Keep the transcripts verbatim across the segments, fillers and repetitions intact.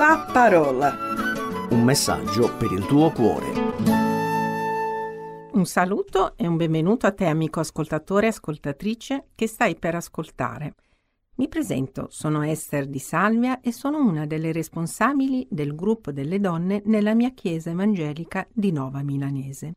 La parola. Un messaggio per il tuo cuore. Un saluto e un benvenuto a te, amico ascoltatore e ascoltatrice che stai per ascoltare. Mi presento, sono Ester Di Salvia e sono una delle responsabili del gruppo delle donne nella mia chiesa evangelica di Nova Milanese.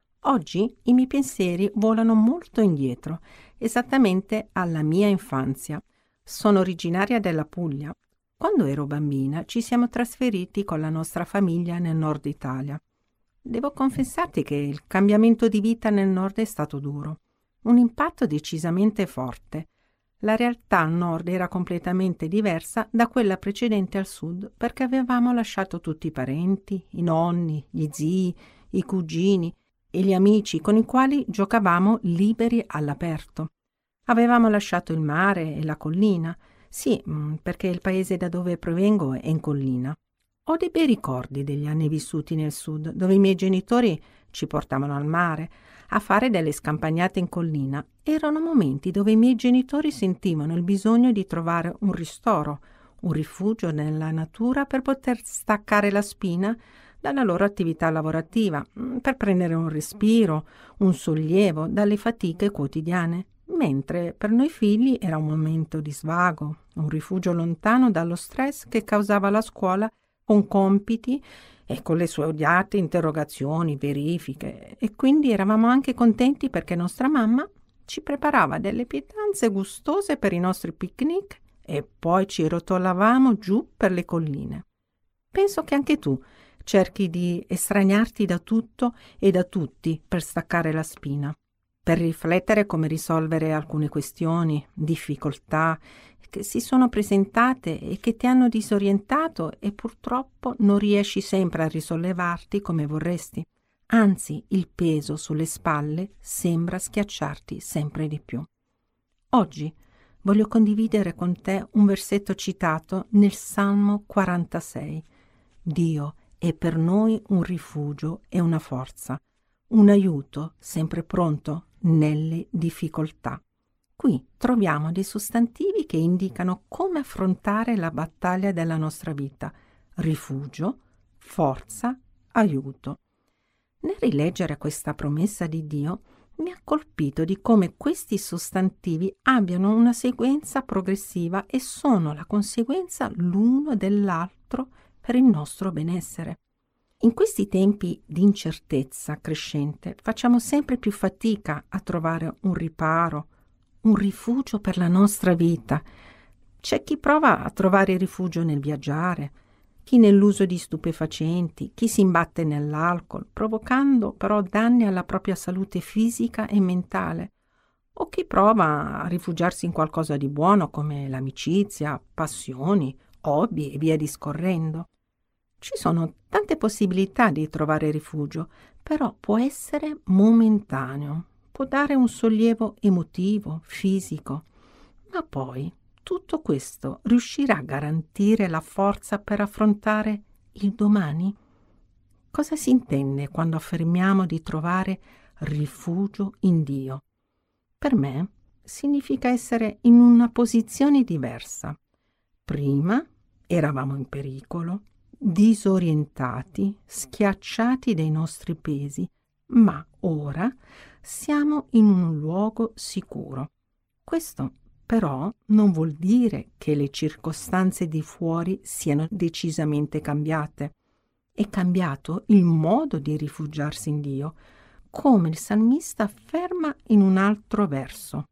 Oggi i miei pensieri volano molto indietro, esattamente alla mia infanzia. Sono originaria della Puglia. Quando ero bambina ci siamo trasferiti con la nostra famiglia nel nord Italia. Devo confessarti che il cambiamento di vita nel nord è stato duro, un impatto decisamente forte. La realtà al nord era completamente diversa da quella precedente al sud perché avevamo lasciato tutti i parenti, i nonni, gli zii, i cugini e gli amici con i quali giocavamo liberi all'aperto. Avevamo lasciato il mare e la collina, sì, perché il paese da dove provengo è in collina. Ho dei bei ricordi degli anni vissuti nel sud, dove i miei genitori ci portavano al mare, a fare delle scampagnate in collina. Erano momenti dove i miei genitori sentivano il bisogno di trovare un ristoro, un rifugio nella natura per poter staccare la spina dalla loro attività lavorativa, per prendere un respiro, un sollievo dalle fatiche quotidiane. Mentre per noi figli era un momento di svago, un rifugio lontano dallo stress che causava la scuola con compiti e con le sue odiate interrogazioni, verifiche, e quindi eravamo anche contenti perché nostra mamma ci preparava delle pietanze gustose per i nostri picnic e poi ci rotolavamo giù per le colline. Penso che anche tu cerchi di estraniarti da tutto e da tutti per staccare la spina, per riflettere come risolvere alcune questioni, difficoltà che si sono presentate e che ti hanno disorientato e purtroppo non riesci sempre a risollevarti come vorresti. Anzi, il peso sulle spalle sembra schiacciarti sempre di più. Oggi voglio condividere con te un versetto citato nel Salmo quarantasei. Dio è per noi un rifugio e una forza, un aiuto sempre pronto nelle difficoltà. Qui troviamo dei sostantivi che indicano come affrontare la battaglia della nostra vita: rifugio, forza, aiuto. Nel rileggere questa promessa di Dio mi ha colpito di come questi sostantivi abbiano una sequenza progressiva e sono la conseguenza l'uno dell'altro per il nostro benessere. In questi tempi di incertezza crescente facciamo sempre più fatica a trovare un riparo, un rifugio per la nostra vita. C'è chi prova a trovare rifugio nel viaggiare, chi nell'uso di stupefacenti, chi si imbatte nell'alcol, provocando però danni alla propria salute fisica e mentale, o chi prova a rifugiarsi in qualcosa di buono come l'amicizia, passioni, hobby e via discorrendo. Ci sono tante possibilità di trovare rifugio, però può essere momentaneo, può dare un sollievo emotivo, fisico, ma poi tutto questo riuscirà a garantire la forza per affrontare il domani? Cosa si intende quando affermiamo di trovare rifugio in Dio? Per me significa essere in una posizione diversa. Prima eravamo in pericolo, disorientati, schiacciati dai nostri pesi, ma ora siamo in un luogo sicuro. Questo però non vuol dire che le circostanze di fuori siano decisamente cambiate. È cambiato il modo di rifugiarsi in Dio, come il salmista afferma in un altro verso.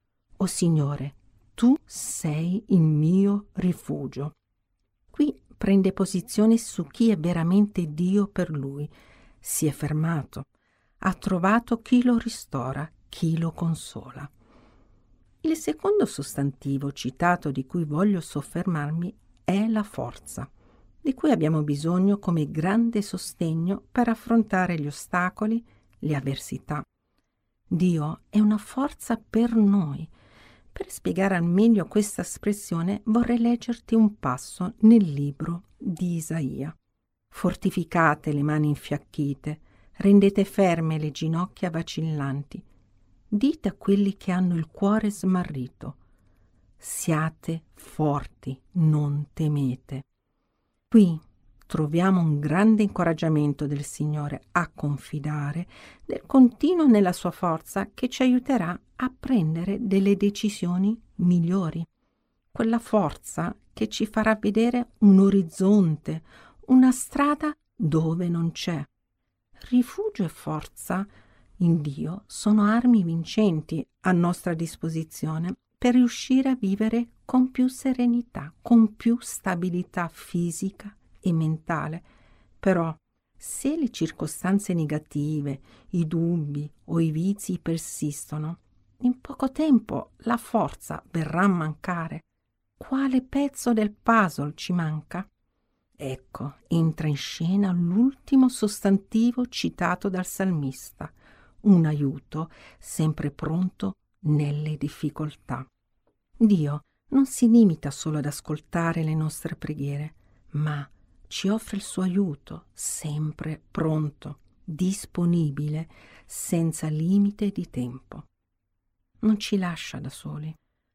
O Signore, tu sei il mio rifugio. Qui prende posizione su chi è veramente Dio per lui. Si è fermato, ha trovato chi lo ristora, chi lo consola. Il secondo sostantivo citato di cui voglio soffermarmi è la forza, di cui abbiamo bisogno come grande sostegno per affrontare gli ostacoli, le avversità. Dio è una forza per noi. Per spiegare al meglio questa espressione vorrei leggerti un passo nel libro di Isaia. Fortificate le mani infiacchite, rendete ferme le ginocchia vacillanti. Dite a quelli che hanno il cuore smarrito: siate forti, non temete. Qui troviamo un grande incoraggiamento del Signore a confidare del continuo nella sua forza che ci aiuterà a prendere delle decisioni migliori. Quella forza che ci farà vedere un orizzonte, una strada dove non c'è. Rifugio e forza in Dio sono armi vincenti a nostra disposizione per riuscire a vivere con più serenità, con più stabilità fisica e mentale. Però, se le circostanze negative, i dubbi o i vizi persistono, in poco tempo la forza verrà a mancare. Quale pezzo del puzzle ci manca? Ecco, entra in scena l'ultimo sostantivo citato dal salmista, un aiuto sempre pronto nelle difficoltà. Dio non si limita solo ad ascoltare le nostre preghiere, ma ci offre il suo aiuto sempre pronto, disponibile, senza limite di tempo. Non ci lascia da soli.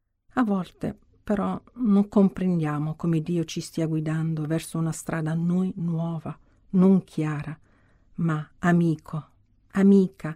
A volte però non comprendiamo come Dio ci stia guidando verso una strada a noi nuova, non chiara, ma amico, amica,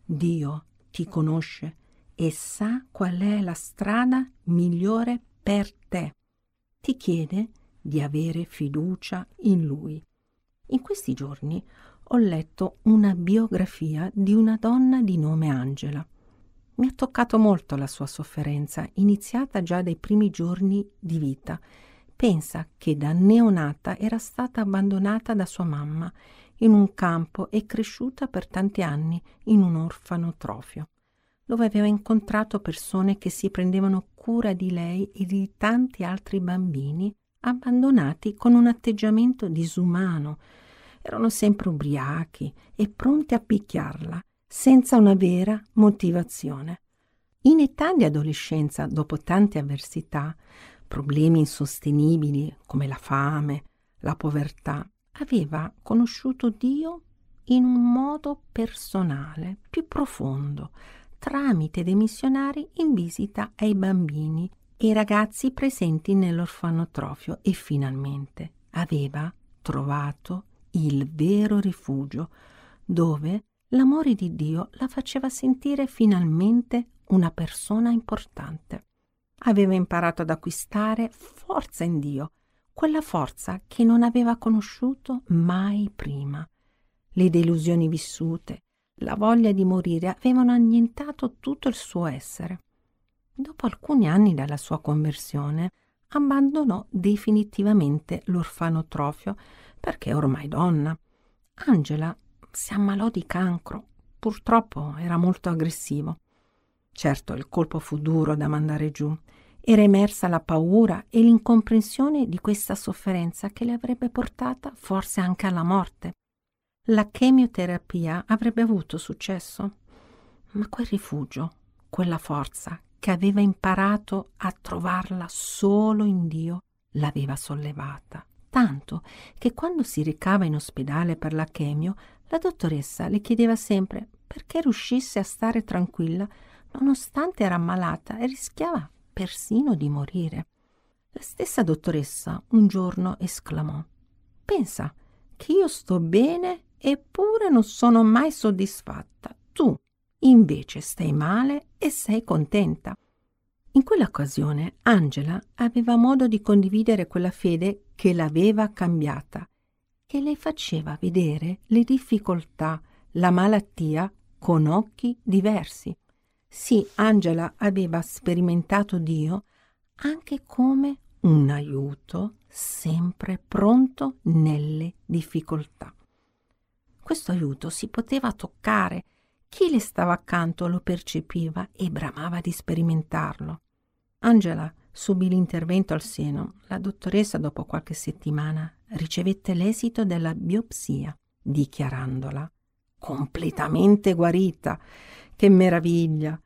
Dio ti conosce e sa qual è la strada migliore per te. Ti chiede di avere fiducia in Lui. In questi giorni ho letto una biografia di una donna di nome Angela. Mi ha toccato molto la sua sofferenza, iniziata già dai primi giorni di vita. Pensa che da neonata era stata abbandonata da sua mamma in un campo e cresciuta per tanti anni in un orfanotrofio, dove aveva incontrato persone che si prendevano cura di lei e di tanti altri bambini abbandonati con un atteggiamento disumano. Erano sempre ubriachi e pronti a picchiarla, senza una vera motivazione. In età di adolescenza, dopo tante avversità, problemi insostenibili come la fame, la povertà, aveva conosciuto Dio in un modo personale, più profondo, tramite dei missionari in visita ai bambini e ai ragazzi presenti nell'orfanotrofio, e finalmente aveva trovato il vero rifugio, dove l'amore di Dio la faceva sentire finalmente una persona importante. Aveva imparato ad acquistare forza in Dio, quella forza che non aveva conosciuto mai prima. Le delusioni vissute, la voglia di morire avevano annientato tutto il suo essere. Dopo alcuni anni dalla sua conversione, abbandonò definitivamente l'orfanotrofio perché ormai donna. Angela si ammalò di cancro. Purtroppo era molto aggressivo. Certo, il colpo fu duro da mandare giù. Era emersa la paura e l'incomprensione di questa sofferenza che le avrebbe portata forse anche alla morte. La chemioterapia avrebbe avuto successo, ma quel rifugio, quella forza che aveva imparato a trovarla solo in Dio, l'aveva sollevata. Tanto che quando si recava in ospedale per la chemio, la dottoressa le chiedeva sempre perché riuscisse a stare tranquilla nonostante era ammalata e rischiava persino di morire. La stessa dottoressa un giorno esclamò: «Pensa che io sto bene eppure non sono mai soddisfatta. Tu invece stai male e sei contenta». In quell'occasione Angela aveva modo di condividere quella fede che l'aveva cambiata, che le faceva vedere le difficoltà, la malattia con occhi diversi. Sì, Angela aveva sperimentato Dio anche come un aiuto sempre pronto nelle difficoltà. Questo aiuto si poteva toccare. Chi le stava accanto lo percepiva e bramava di sperimentarlo. Angela subì l'intervento al seno. La dottoressa, dopo qualche settimana, ricevette l'esito della biopsia, dichiarandola completamente guarita. Che meraviglia!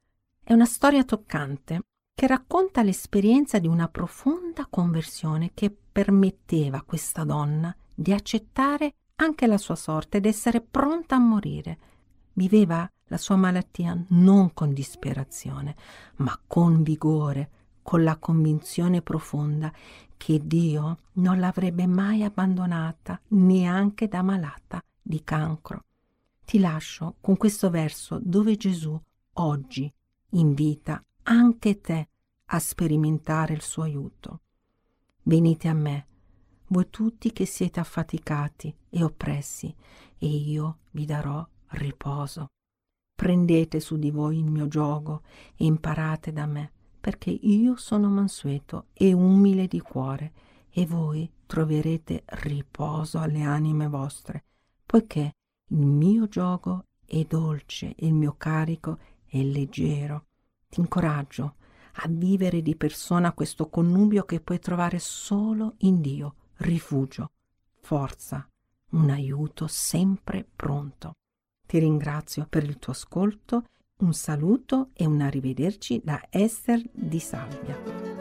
È una storia toccante che racconta l'esperienza di una profonda conversione che permetteva a questa donna di accettare anche la sua sorte ed essere pronta a morire. Viveva la sua malattia non con disperazione, ma con vigore, con la convinzione profonda che Dio non l'avrebbe mai abbandonata, neanche da malata di cancro. Ti lascio con questo verso dove Gesù oggi invita anche te a sperimentare il suo aiuto. Venite a me, voi tutti che siete affaticati e oppressi, e io vi darò riposo. Prendete su di voi il mio giogo e imparate da me, perché io sono mansueto e umile di cuore, e voi troverete riposo alle anime vostre, poiché il mio giogo è dolce e il mio carico è leggero. Ti incoraggio a vivere di persona questo connubio che puoi trovare solo in Dio, rifugio, forza, un aiuto sempre pronto. Ti ringrazio per il tuo ascolto, un saluto e un arrivederci da Ester Di Salvia.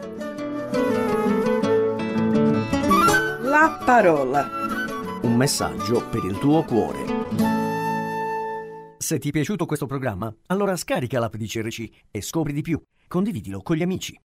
La parola. Un messaggio per il tuo cuore. Se ti è piaciuto questo programma, allora scarica l'app di C R C e scopri di più. Condividilo con gli amici.